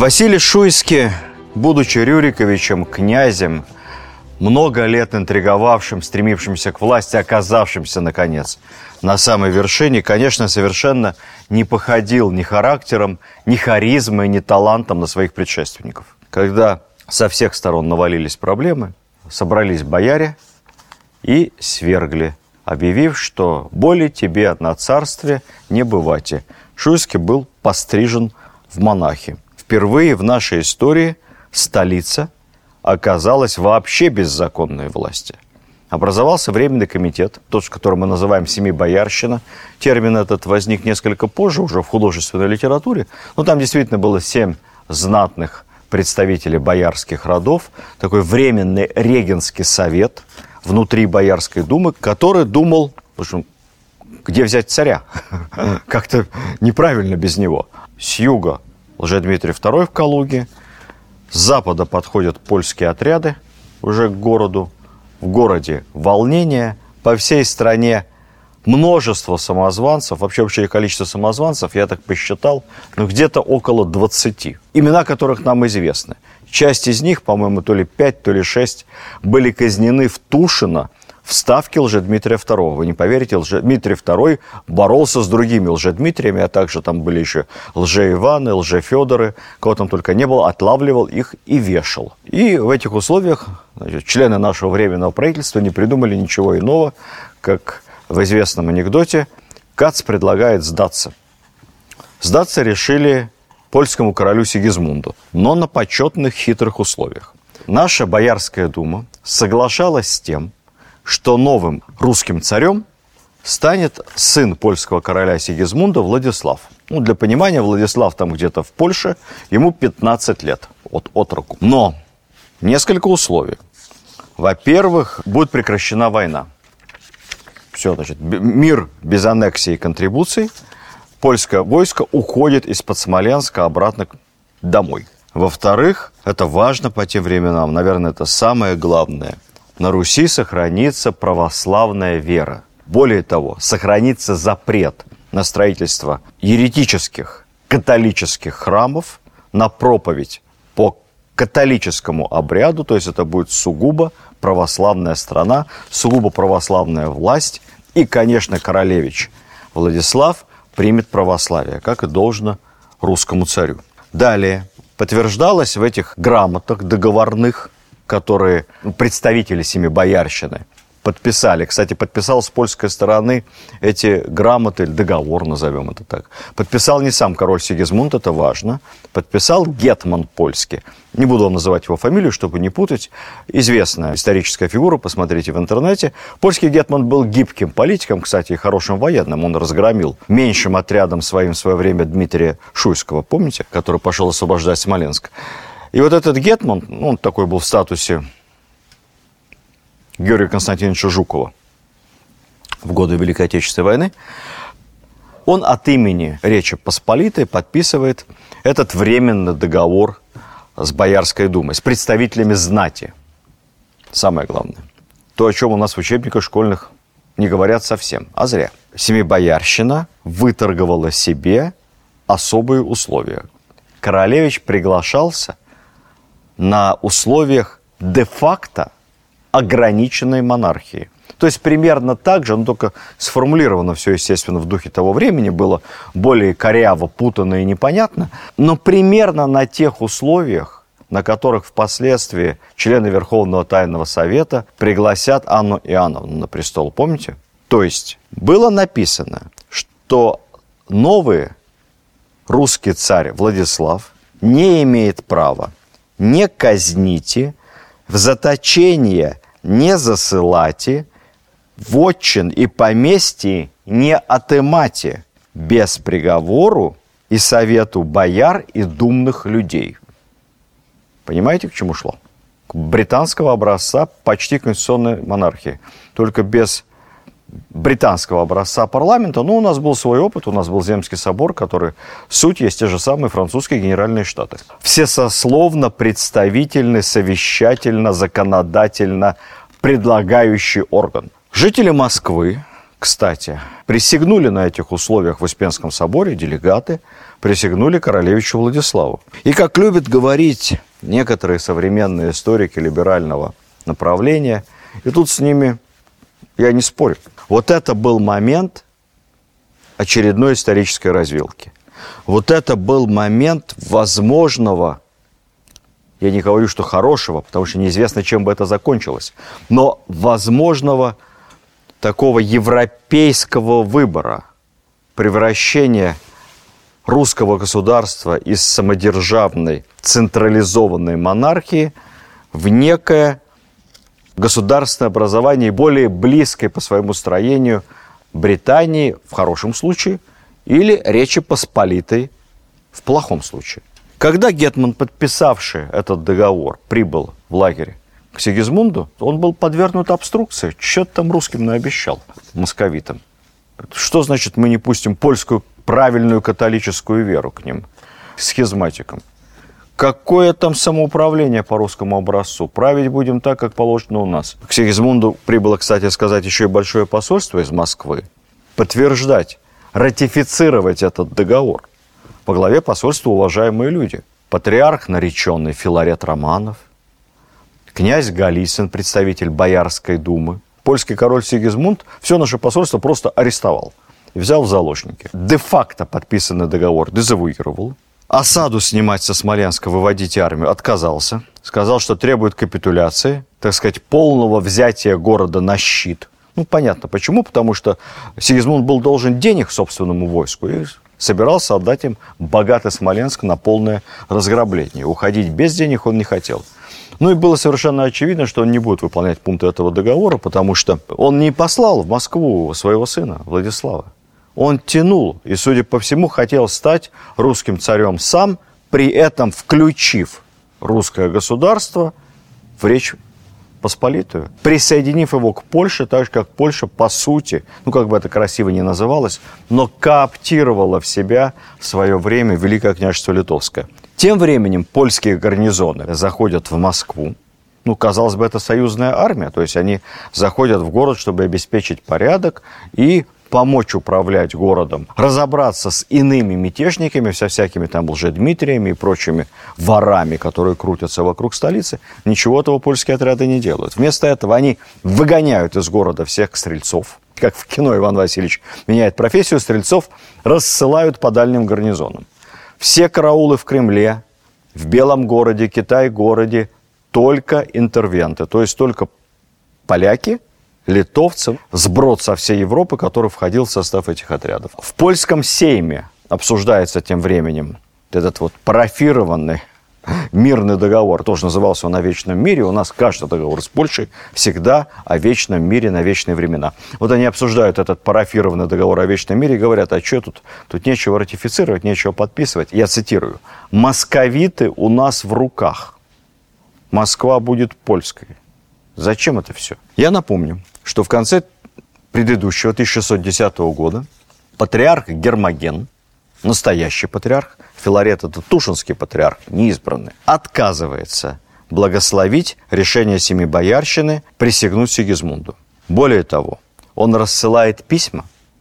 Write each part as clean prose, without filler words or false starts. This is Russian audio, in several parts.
Василий Шуйский, будучи Рюриковичем, князем, много лет интриговавшим, стремившимся к власти, оказавшимся, наконец, на самой вершине, конечно, совершенно не походил ни характером, ни харизмой, ни талантом на своих предшественников. Когда со всех сторон навалились проблемы, собрались бояре и свергли, объявив, что более тебе на царстве не бывати. Шуйский был пострижен в монахи. Впервые в нашей истории столица оказалась вообще без законной власти. Образовался Временный комитет, тот, который мы называем «семибоярщина». Термин этот возник несколько позже, уже в художественной литературе. Но там действительно было 7 знатных представителей боярских родов. Такой временный регенский совет внутри Боярской думы, который думал, в общем, где взять царя. Как-то неправильно без него. С юга Лжедмитрий II в Калуге. С запада подходят польские отряды уже к городу. В городе волнение. По всей стране множество самозванцев. Вообще общее количество самозванцев, я так посчитал, где-то около 20. Имена которых нам известны. Часть из них, по-моему, то ли 5, то ли 6, были казнены в Тушино в ставке Лжедмитрия II. Вы не поверите, Лжедмитрий II боролся с другими Лжедмитриями, а также там были еще Лже-Иваны, Лже-Федоры, кого там только не было, отлавливал их и вешал. И в этих условиях, значит, члены нашего временного правительства не придумали ничего иного, как в известном анекдоте Кац предлагает сдаться. Сдаться решили польскому королю Сигизмунду, но на почетных хитрых условиях. Наша Боярская дума соглашалась с тем, что новым русским царем станет сын польского короля Сигизмунда Владислав. Для понимания, Владислав там где-то в Польше, ему 15 лет от руку. Но несколько условий. Во-первых, будет прекращена война. Все, значит, мир без аннексии и контрибуций. Польское войско уходит из-под Смоленска обратно домой. Во-вторых, это важно по тем временам, наверное, это самое главное. На Руси сохранится православная вера. Более того, сохранится запрет на строительство еретических католических храмов, на проповедь по католическому обряду, то есть это будет сугубо православная страна, сугубо православная власть, и, конечно, королевич Владислав примет православие, как и должно русскому царю. Далее подтверждалось в этих грамотах договорных, которые представители семибоярщины подписали. Кстати, подписал с польской стороны эти грамоты, договор, назовем это так. Подписал не сам король Сигизмунд, это важно. Подписал гетман польский. Не буду вам называть его фамилию, чтобы не путать. Известная историческая фигура, посмотрите в интернете. Польский гетман был гибким политиком, кстати, и хорошим военным. Он разгромил меньшим отрядом своим в свое время Дмитрия Шуйского, помните, который пошел освобождать Смоленск. И вот этот гетман, он такой был в статусе Георгия Константиновича Жукова в годы Великой Отечественной войны, он от имени Речи Посполитой подписывает этот временный договор с Боярской думой, с представителями знати. Самое главное. То, о чем у нас в учебниках школьных не говорят совсем, а зря. Семибоярщина выторговала себе особые условия. Королевич приглашался на условиях де-факто ограниченной монархии. То есть примерно так же, но только сформулировано все, естественно, в духе того времени, было более коряво, путанно и непонятно, но примерно на тех условиях, на которых впоследствии члены Верховного Тайного Совета пригласят Анну Иоанновну на престол, помните? То есть было написано, что новый русский царь Владислав не имеет права не казните, в заточение не засылате, вотчин и поместье не отымате, без приговору и совету бояр и думных людей. Понимаете, к чему шло? К британского образца почти конституционной монархии. Только без британского образца парламента, у нас был свой опыт, у нас был Земский собор, который суть есть те же самые французские генеральные штаты. Всесословно, представительный, совещательно, законодательно предлагающий орган. Жители Москвы кстати, присягнули на этих условиях в Успенском соборе делегаты, присягнули королевичу Владиславу. И, как любят говорить некоторые современные историки либерального направления, и тут с ними я не спорю, вот это был момент очередной исторической развилки. Вот это был момент возможного, я не говорю, что хорошего, потому что неизвестно, чем бы это закончилось, но возможного такого европейского выбора, превращения русского государства из самодержавной, централизованной монархии в некое государственное образование, более близкое по своему строению Британии в хорошем случае или Речи Посполитой в плохом случае. Когда гетман, подписавший этот договор, прибыл в лагерь к Сигизмунду, он был подвергнут обструкции. Что-то там русским наобещал, московитам. Что значит, мы не пустим польскую правильную католическую веру к ним, схизматикам? Какое там самоуправление по русскому образцу? Править будем так, как положено у нас. К Сигизмунду прибыло, кстати сказать, еще и большое посольство из Москвы. Подтверждать, ратифицировать этот договор. Во главе посольства уважаемые люди. Патриарх нареченный Филарет Романов, князь Голицын, представитель Боярской думы. Польский король Сигизмунд все наше посольство просто арестовал и взял в заложники. Де-факто подписанный договор дезавуировал. Осаду снимать со Смоленска, выводить армию отказался. Сказал, что требует капитуляции, так сказать, полного взятия города на щит. Ну, понятно почему. Потому что Сигизмунд был должен денег собственному войску и собирался отдать им богатый Смоленск на полное разграбление. Уходить без денег он не хотел. Ну и было совершенно очевидно, что он не будет выполнять пункты этого договора, потому что он не послал в Москву своего сына Владислава. Он тянул и, судя по всему, хотел стать русским царем сам, при этом включив русское государство в Речь Посполитую, присоединив его к Польше, так же, как Польша, по сути, ну, как бы это красиво ни называлось, но кооптировала в себя в свое время Великое княжество Литовское. Тем временем польские гарнизоны заходят в Москву. Ну, казалось бы, это союзная армия, то есть они заходят в город, чтобы обеспечить порядок и помочь управлять городом, разобраться с иными мятежниками, со всякими там Лжедмитриями и прочими ворами, которые крутятся вокруг столицы. Ничего этого польские отряды не делают. Вместо этого они выгоняют из города всех стрельцов. Как в кино Иван Васильевич меняет профессию, стрельцов рассылают по дальним гарнизонам. Все караулы в Кремле, в Белом городе, Китай-городе, только интервенты, то есть только поляки, литовцев, сброд со всей Европы, который входил в состав этих отрядов. В польском сейме обсуждается тем временем этот вот парафированный мирный договор. Тоже назывался он о вечном мире. У нас каждый договор с Польшей всегда о вечном мире на вечные времена. Вот они обсуждают этот парафированный договор о вечном мире и говорят, а что тут? Тут нечего ратифицировать, нечего подписывать. Я цитирую. «Московиты у нас в руках. Москва будет польской». Зачем это все? Я напомню, что в конце предыдущего 1610 года патриарх Гермоген, настоящий патриарх, Филарет – это Тушинский патриарх, неизбранный, отказывается благословить решение Семи Боярщины присягнуть Сигизмунду. Более того, он рассылает письма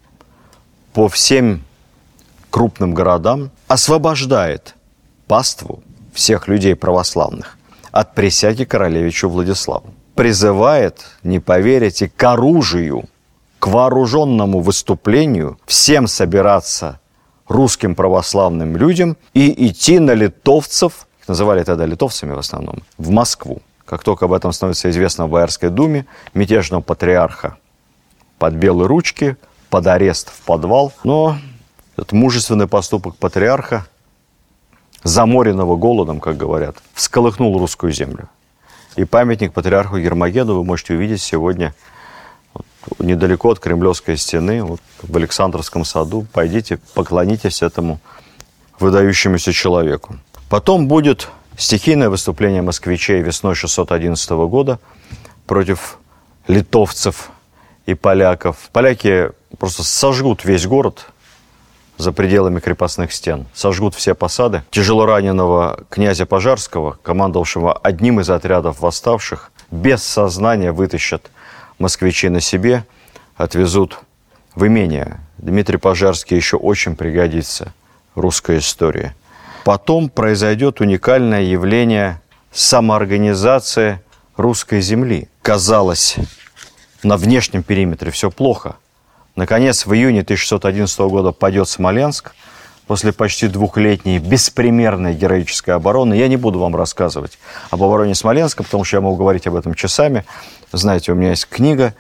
по всем крупным городам, освобождает паству всех людей православных от присяги королевичу Владиславу. Призывает, не поверите, к оружию, к вооруженному выступлению, всем собираться русским православным людям и идти на литовцев, их называли тогда литовцами в основном, в Москву. Как только об этом становится известно в Боярской думе, мятежного патриарха под белые ручки, под арест в подвал. Но этот мужественный поступок патриарха, заморенного голодом, как говорят, всколыхнул русскую землю. И памятник патриарху Гермогену вы можете увидеть сегодня недалеко от Кремлевской стены, вот в Александровском саду. Пойдите, поклонитесь этому выдающемуся человеку. Потом будет стихийное выступление москвичей весной 611 года против литовцев и поляков. Поляки просто сожгут весь город за пределами крепостных стен, сожгут все посады. Тяжело раненого князя Пожарского, командовавшего одним из отрядов восставших, без сознания вытащат москвичи на себе, отвезут в имение. Дмитрий Пожарский еще очень пригодится русской истории. Потом произойдет уникальное явление самоорганизации русской земли. Казалось, на внешнем периметре все плохо. Наконец, в июне 1611 года падет Смоленск. После почти двухлетней беспримерной героической обороны. Я не буду вам рассказывать об обороне Смоленска, потому что я могу говорить об этом часами. Знаете, у меня есть книга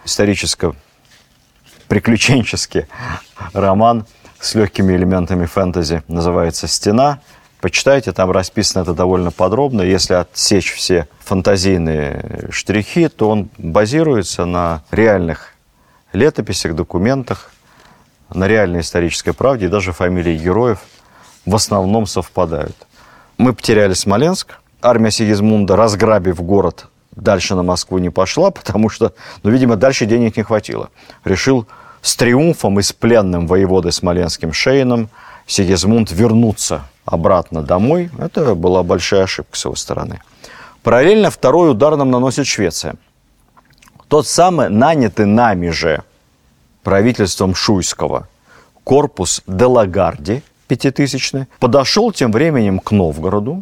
историческо-приключенческий роман с легкими элементами фэнтези. Называется «Стена». Почитайте, там расписано это довольно подробно. Если отсечь все фантазийные штрихи, то он базируется на реальных летописях, документах, на реальной исторической правде, и даже фамилии героев в основном совпадают. Мы потеряли Смоленск. Армия Сигизмунда, разграбив город, дальше на Москву не пошла, потому что, видимо, дальше денег не хватило. Решил с триумфом и с пленным воеводой смоленским Шейном Сигизмунд вернуться обратно домой. Это была большая ошибка с его стороны. Параллельно второй удар нам наносит Швеция. Тот самый нанятый нами же правительством Шуйского корпус де Лагарди, 5000-й, подошел тем временем к Новгороду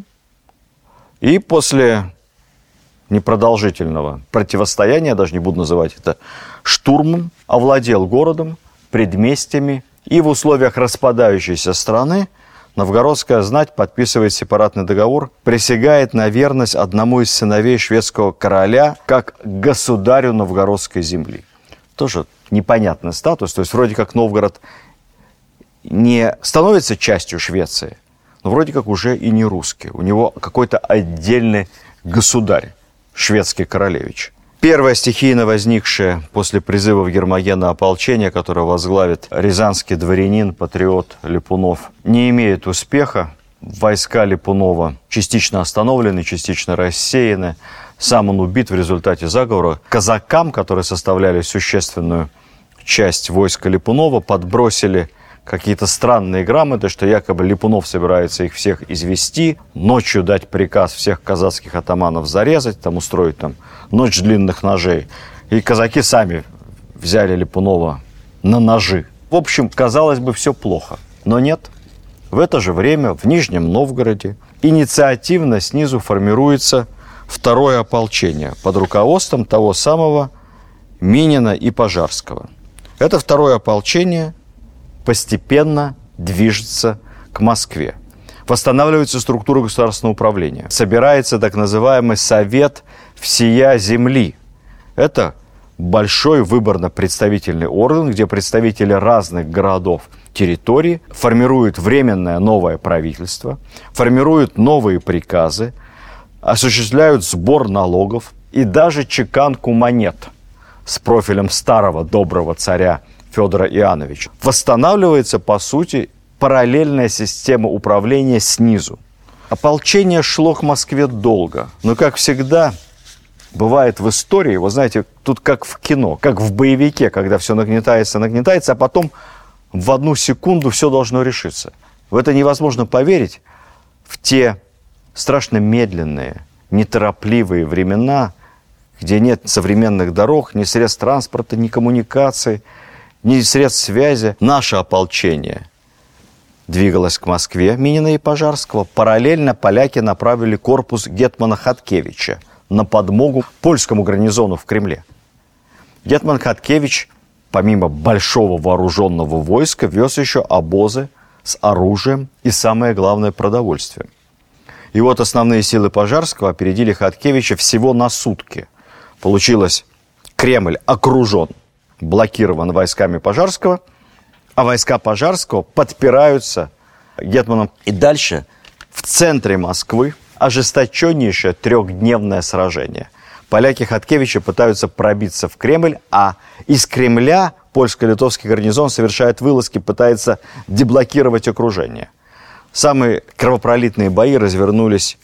и после непродолжительного противостояния, даже не буду называть это штурмом, овладел городом, предместьями, и в условиях распадающейся страны новгородская знать подписывает сепаратный договор, присягает на верность одному из сыновей шведского короля как государю новгородской земли. Тоже непонятный статус, то есть вроде как Новгород не становится частью Швеции, но вроде как уже и не русский. У него какой-то отдельный государь, шведский королевич. Первое стихийно возникшее после призыва в Гермогена ополчение, которое возглавит рязанский дворянин, патриот Липунов, не имеет успеха. Войска Липунова частично остановлены, частично рассеяны. Сам он убит в результате заговора. Казакам, которые составляли существенную часть войска Липунова, подбросили какие-то странные грамоты, что якобы Липунов собирается их всех извести, ночью дать приказ всех казацких атаманов зарезать, там устроить ночь длинных ножей. И казаки сами взяли Липунова на ножи. В общем, казалось бы, все плохо. Но нет. В это же время в Нижнем Новгороде инициативно снизу формируется второе ополчение под руководством того самого Минина и Пожарского. Это второе ополчение постепенно движется к Москве. Восстанавливается структура государственного управления. Собирается так называемый Совет всея земли. Это большой выборно-представительный орган, где представители разных городов, территорий формируют временное новое правительство, формируют новые приказы, осуществляют сбор налогов и даже чеканку монет с профилем старого доброго царя Федора Иоанновича. Восстанавливается, по сути, параллельная система управления снизу. Ополчение шло к Москве долго, но, как всегда бывает в истории, вы знаете, тут как в кино, как в боевике, когда все нагнетается, а потом в одну секунду все должно решиться. В это невозможно поверить в те страшно медленные, неторопливые времена, где нет современных дорог, ни средств транспорта, ни коммуникаций, ни средств связи. Наше ополчение двигалось к Москве, Минина и Пожарского. Параллельно поляки направили корпус гетмана Хаткевича на подмогу польскому гарнизону в Кремле. Гетман Хаткевич, помимо большого вооруженного войска, вез еще обозы с оружием и, самое главное, продовольствием. И вот основные силы Пожарского опередили Хаткевича всего на сутки. Получилось, Кремль окружен, блокирован войсками Пожарского, а войска Пожарского подпираются гетманом. И дальше в центре Москвы ожесточеннейшее трехдневное сражение. Поляки Хаткевича пытаются пробиться в Кремль, а из Кремля польско-литовский гарнизон совершает вылазки, пытается деблокировать окружение. Самые кровопролитные бои развернулись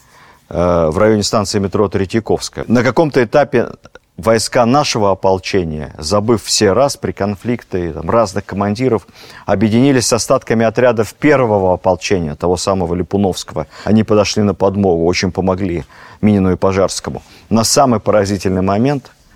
в районе станции метро Третьяковская. На каком-то этапе войска нашего ополчения, забыв все распри, конфликты разных командиров, объединились с остатками отрядов первого ополчения, того самого Липуновского. Они подошли на подмогу, очень помогли Минину и Пожарскому. Но самый поразительный момент,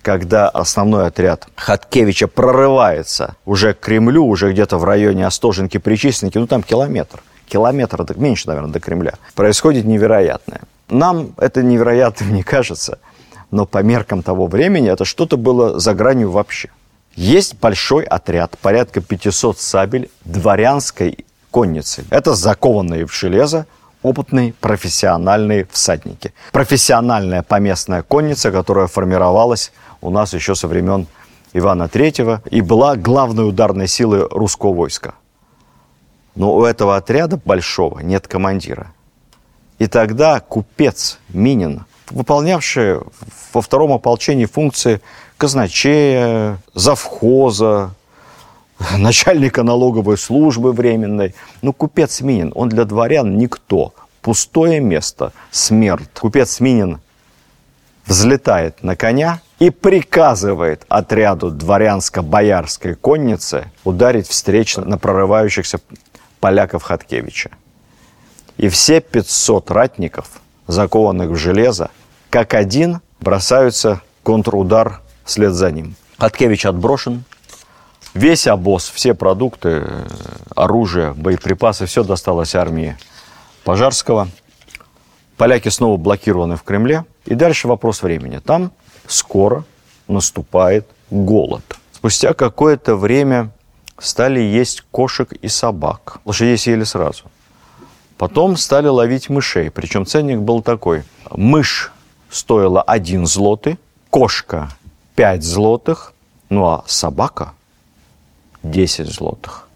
когда основной отряд Хаткевича прорывается уже к Кремлю, уже где-то в районе Остоженки, Причистенки, ну там километр, меньше, наверное, до Кремля, происходит невероятное. Нам это невероятным не кажется, но по меркам того времени это что-то было за гранью вообще. Есть большой отряд, порядка 500 сабель дворянской конницы. Это закованные в железо опытные профессиональные всадники. Профессиональная поместная конница, которая формировалась у нас еще со времен Ивана III и была главной ударной силой русского войска. Но у этого отряда большого нет командира. И тогда купец Минин, выполнявший во втором ополчении функции казначея, завхоза, начальника налоговой службы временной. Ну, купец Минин, он для дворян никто. Пустое место, смерть. Купец Минин взлетает на коня и приказывает отряду дворянско-боярской конницы ударить встречно на прорывающихся поляков Хаткевича. И все 500 ратников, закованных в железо, как один бросаются контрудар вслед за ним. Хаткевич отброшен. Весь обоз, все продукты, оружие, боеприпасы, все досталось армии Пожарского. Поляки снова блокированы в Кремле. И дальше вопрос времени. Там скоро наступает голод. Спустя какое-то время стали есть кошек и собак. Лошадей съели сразу. Потом стали ловить мышей. Причем ценник был такой. Мышь стоила 1 злотый, кошка 5 злотых, ну а собака 10 злотых.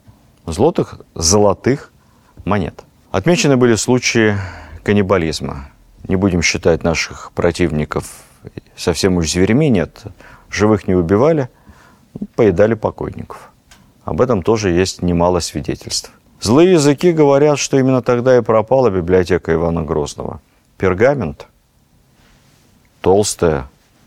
Золотых монет. Отмечены были случаи каннибализма. Не будем считать наших противников совсем уж зверями, нет. Живых не убивали, поедали покойников. Об этом тоже есть немало свидетельств. Злые языки говорят, что именно тогда и пропала библиотека Ивана Грозного. Пергамент, толстая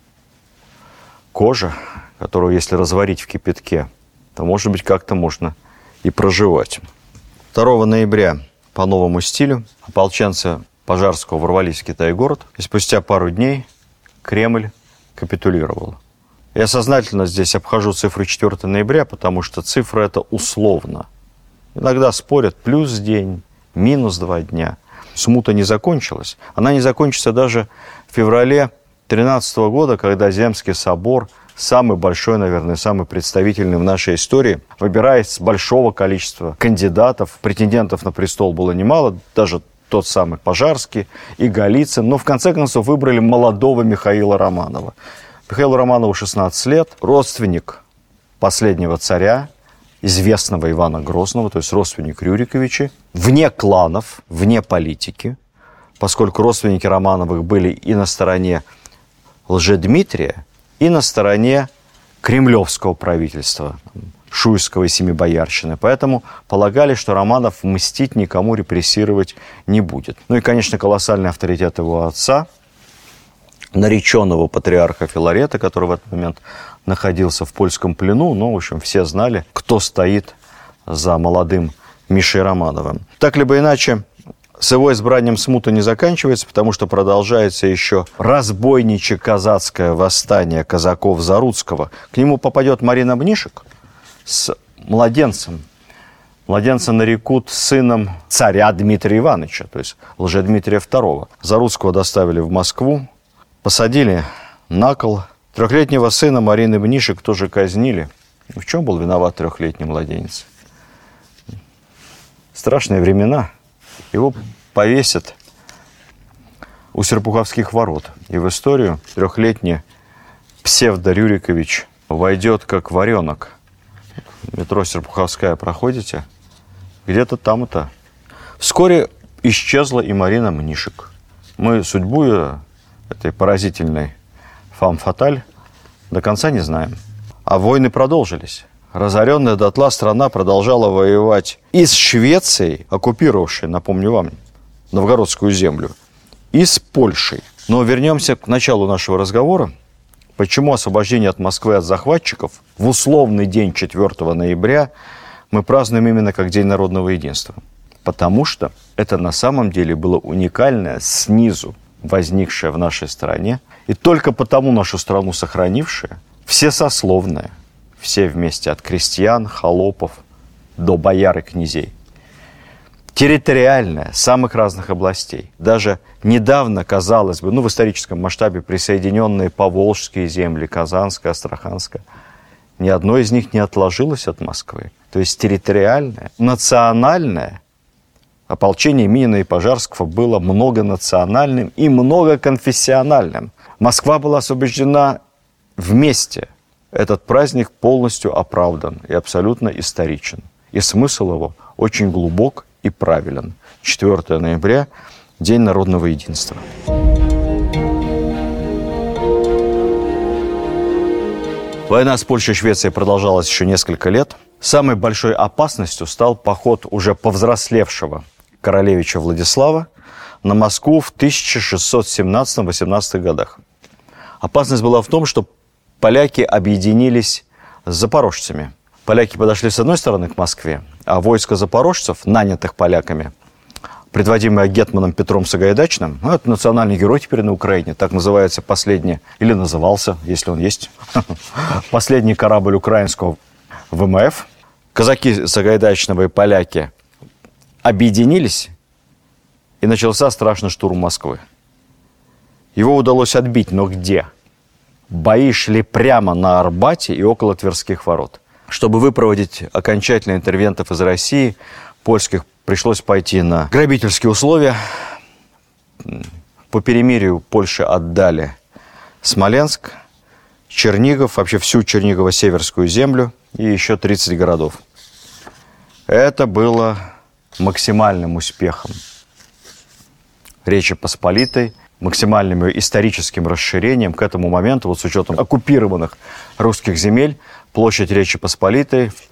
кожа, которую, если разварить в кипятке, то, может быть, как-то можно и проживать. 2 ноября по новому стилю ополченцы Пожарского ворвались в Китай-город, и спустя пару дней Кремль капитулировал. Я сознательно здесь обхожу цифру 4 ноября, потому что цифра эта условна. Иногда спорят плюс день, минус 2 дня. Смута не закончилась. Она не закончится даже в феврале 13 года, когда Земский собор, самый большой, наверное, самый представительный в нашей истории, выбирая из большого количества кандидатов, претендентов на престол было немало, даже тот самый Пожарский и Голицын, но в конце концов выбрали молодого Михаила Романова. Михаилу Романову 16 лет, родственник последнего царя, известного Ивана Грозного, то есть родственник Рюриковича, вне кланов, вне политики, поскольку родственники Романовых были и на стороне Лжедмитрия, и на стороне кремлевского правительства, Шуйского и Семибоярщины. Поэтому полагали, что Романов мстить никому, репрессировать не будет. Ну и, конечно, колоссальный авторитет его отца, нареченного патриарха Филарета, который в этот момент находился в польском плену. Ну, в общем, все знали, кто стоит за молодым Мишей Романовым. Так либо иначе, с его избранием смута не заканчивается, потому что продолжается еще разбойничье казацкое восстание казаков Заруцкого. К нему попадет Марина Мнишек с младенцем. Младенца нарекут сыном царя Дмитрия Ивановича, то есть Лжедмитрия II. Заруцкого доставили в Москву, посадили на кол. 3-летнего сына Марины Мнишек тоже казнили. В чем был виноват 3-летний младенец? Страшные времена. Его повесят у Серпуховских ворот. И в историю 3-летний псевдо-Рюрикович войдет как варенок. Метро Серпуховская проходите? Где-то там это. Вскоре исчезла и Марина Мнишек. Мы судьбу этой поразительной фам-фаталь до конца не знаем. А войны продолжились. Разоренная дотла страна продолжала воевать и с Швецией, оккупировавшей, напомню вам, новгородскую землю, и с Польшей. Но вернемся к началу нашего разговора. Почему освобождение от Москвы от захватчиков в условный день 4 ноября мы празднуем именно как День народного единства? Потому что это на самом деле было уникальное снизу возникшее в нашей стране, и только потому нашу страну сохранившее, все сословные, все вместе, от крестьян, холопов до бояр и князей, территориальная, самых разных областей. Даже недавно, казалось бы, в историческом масштабе присоединенные поволжские земли, Казанская, Астраханская, ни одно из них не отложилось от Москвы. То есть территориальное, национальное ополчение Минина и Пожарского было многонациональным и многоконфессиональным. Москва была освобождена вместе. Этот праздник полностью оправдан и абсолютно историчен. И смысл его очень глубок и правилен. 4 ноября – День народного единства. Война с Польшей и Швецией продолжалась еще несколько лет. Самой большой опасностью стал поход уже повзрослевшего королевича Владислава на Москву в 1617-18 годах. Опасность была в том, что поляки объединились с запорожцами. Поляки подошли с одной стороны к Москве, а войско запорожцев, нанятых поляками, предводимое гетманом Петром Сагайдачным, это национальный герой теперь на Украине, так называется последний, или назывался, если он есть, последний корабль украинского ВМФ. Казаки Сагайдачного и поляки объединились, и начался страшный штурм Москвы. Его удалось отбить, но где? Бои шли прямо на Арбате и около Тверских ворот. Чтобы выпроводить окончательно интервентов из России, польских, пришлось пойти на грабительские условия. По перемирию Польше отдали Смоленск, Чернигов, вообще всю Чернигово-Северскую землю и еще 30 городов. Это было максимальным успехом Речи Посполитой, максимальным историческим расширением. К этому моменту, вот с учетом оккупированных русских земель, площадь Речи Посполитой в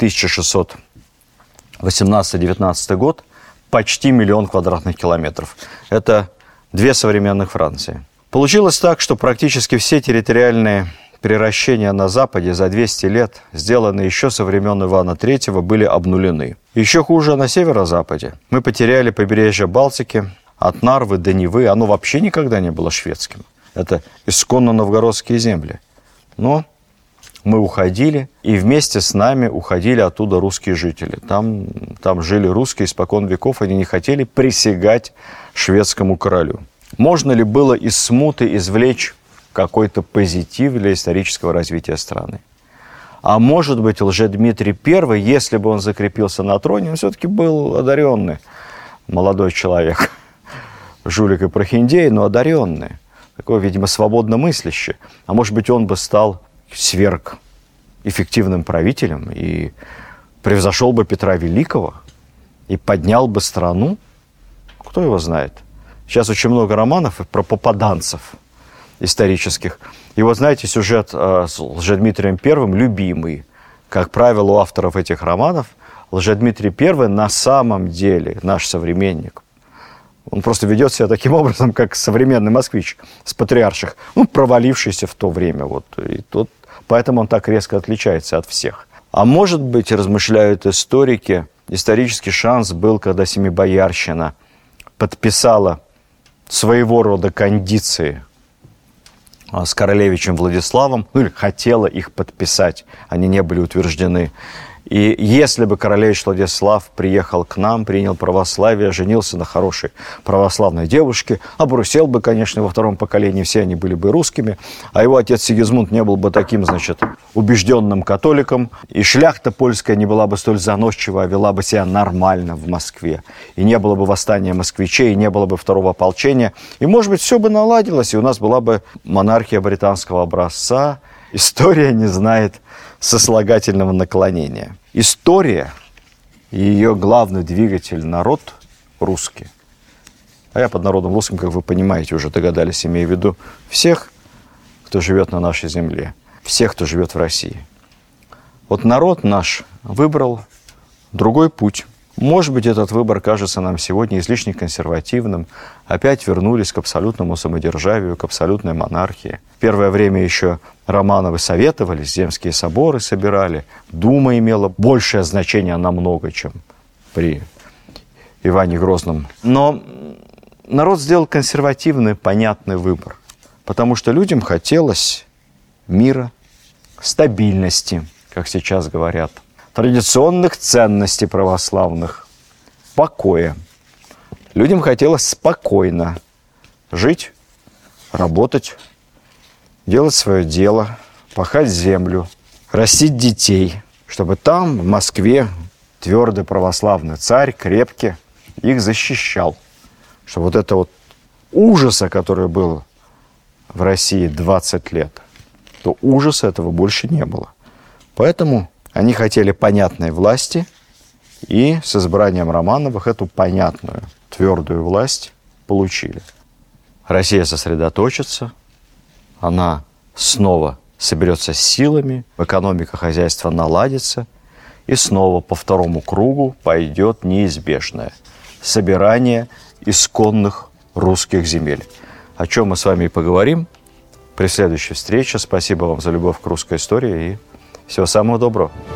1618-19 год почти 1 миллион квадратных километров. Это 2 современных Франции. Получилось так, что практически все территориальные приращения на Западе за 200 лет, сделанные еще со времен Ивана III, были обнулены. Еще хуже на северо-западе. Мы потеряли побережье Балтики, от Нарвы до Невы. Оно вообще никогда не было шведским. Это исконно новгородские земли. Но мы уходили, и вместе с нами уходили оттуда русские жители. Там жили русские испокон веков, они не хотели присягать шведскому королю. Можно ли было из смуты извлечь какой-то позитив для исторического развития страны? А может быть, Лжедмитрий I, если бы он закрепился на троне, он все-таки был одаренный молодой человек. Жулик и прохиндей, но одаренный. Такой, видимо, свободно мыслящий. А может быть, он бы стал сверхэффективным правителем и превзошел бы Петра Великого и поднял бы страну? Кто его знает? Сейчас очень много романов про попаданцев исторических. И вот, знаете, сюжет с Лжедмитрием I любимый. Как правило, у авторов этих романов Лжедмитрий I на самом деле наш современник. Он просто ведет себя таким образом, как современный москвич с патриарших, провалившийся в то время. Поэтому он так резко отличается от всех. А может быть, размышляют историки, исторический шанс был, когда Семибоярщина подписала своего рода кондиции с королевичем Владиславом, или хотела их подписать, они не были утверждены. И если бы королевич Владислав приехал к нам, принял православие, женился на хорошей православной девушке, обрусел бы, конечно, во втором поколении, все они были бы русскими, а его отец Сигизмунд не был бы таким, убежденным католиком, и шляхта польская не была бы столь заносчива, а вела бы себя нормально в Москве. И не было бы восстания москвичей, и не было бы второго ополчения. И, может быть, все бы наладилось, и у нас была бы монархия британского образца. История не знает сослагательного наклонения. История и ее главный двигатель народ русский. А я под народом русским, как вы понимаете, уже догадались, имею в виду всех, кто живет на нашей земле, всех, кто живет в России. Вот народ наш выбрал другой путь. Может быть, этот выбор кажется нам сегодня излишне консервативным. Опять вернулись к абсолютному самодержавию, к абсолютной монархии. В первое время еще Романовы советовались, земские соборы собирали. Дума имела большее значение намного, чем при Иване Грозном. Но народ сделал консервативный, понятный выбор. Потому что людям хотелось мира, стабильности, как сейчас говорят, традиционных ценностей православных, покоя. Людям хотелось спокойно жить, работать, делать свое дело, пахать землю, растить детей, чтобы там, в Москве, твердый православный царь, крепкий, их защищал. Что вот это вот ужаса, который был в России 20 лет, то ужаса этого больше не было. Поэтому они хотели понятной власти, и с избранием Романовых эту понятную, твердую власть получили. Россия сосредоточится, она снова соберется с силами, экономика, хозяйство наладится, и снова по второму кругу пойдет неизбежное собирание исконных русских земель. О чем мы с вами и поговорим при следующей встрече. Спасибо вам за любовь к русской истории и всего самого доброго.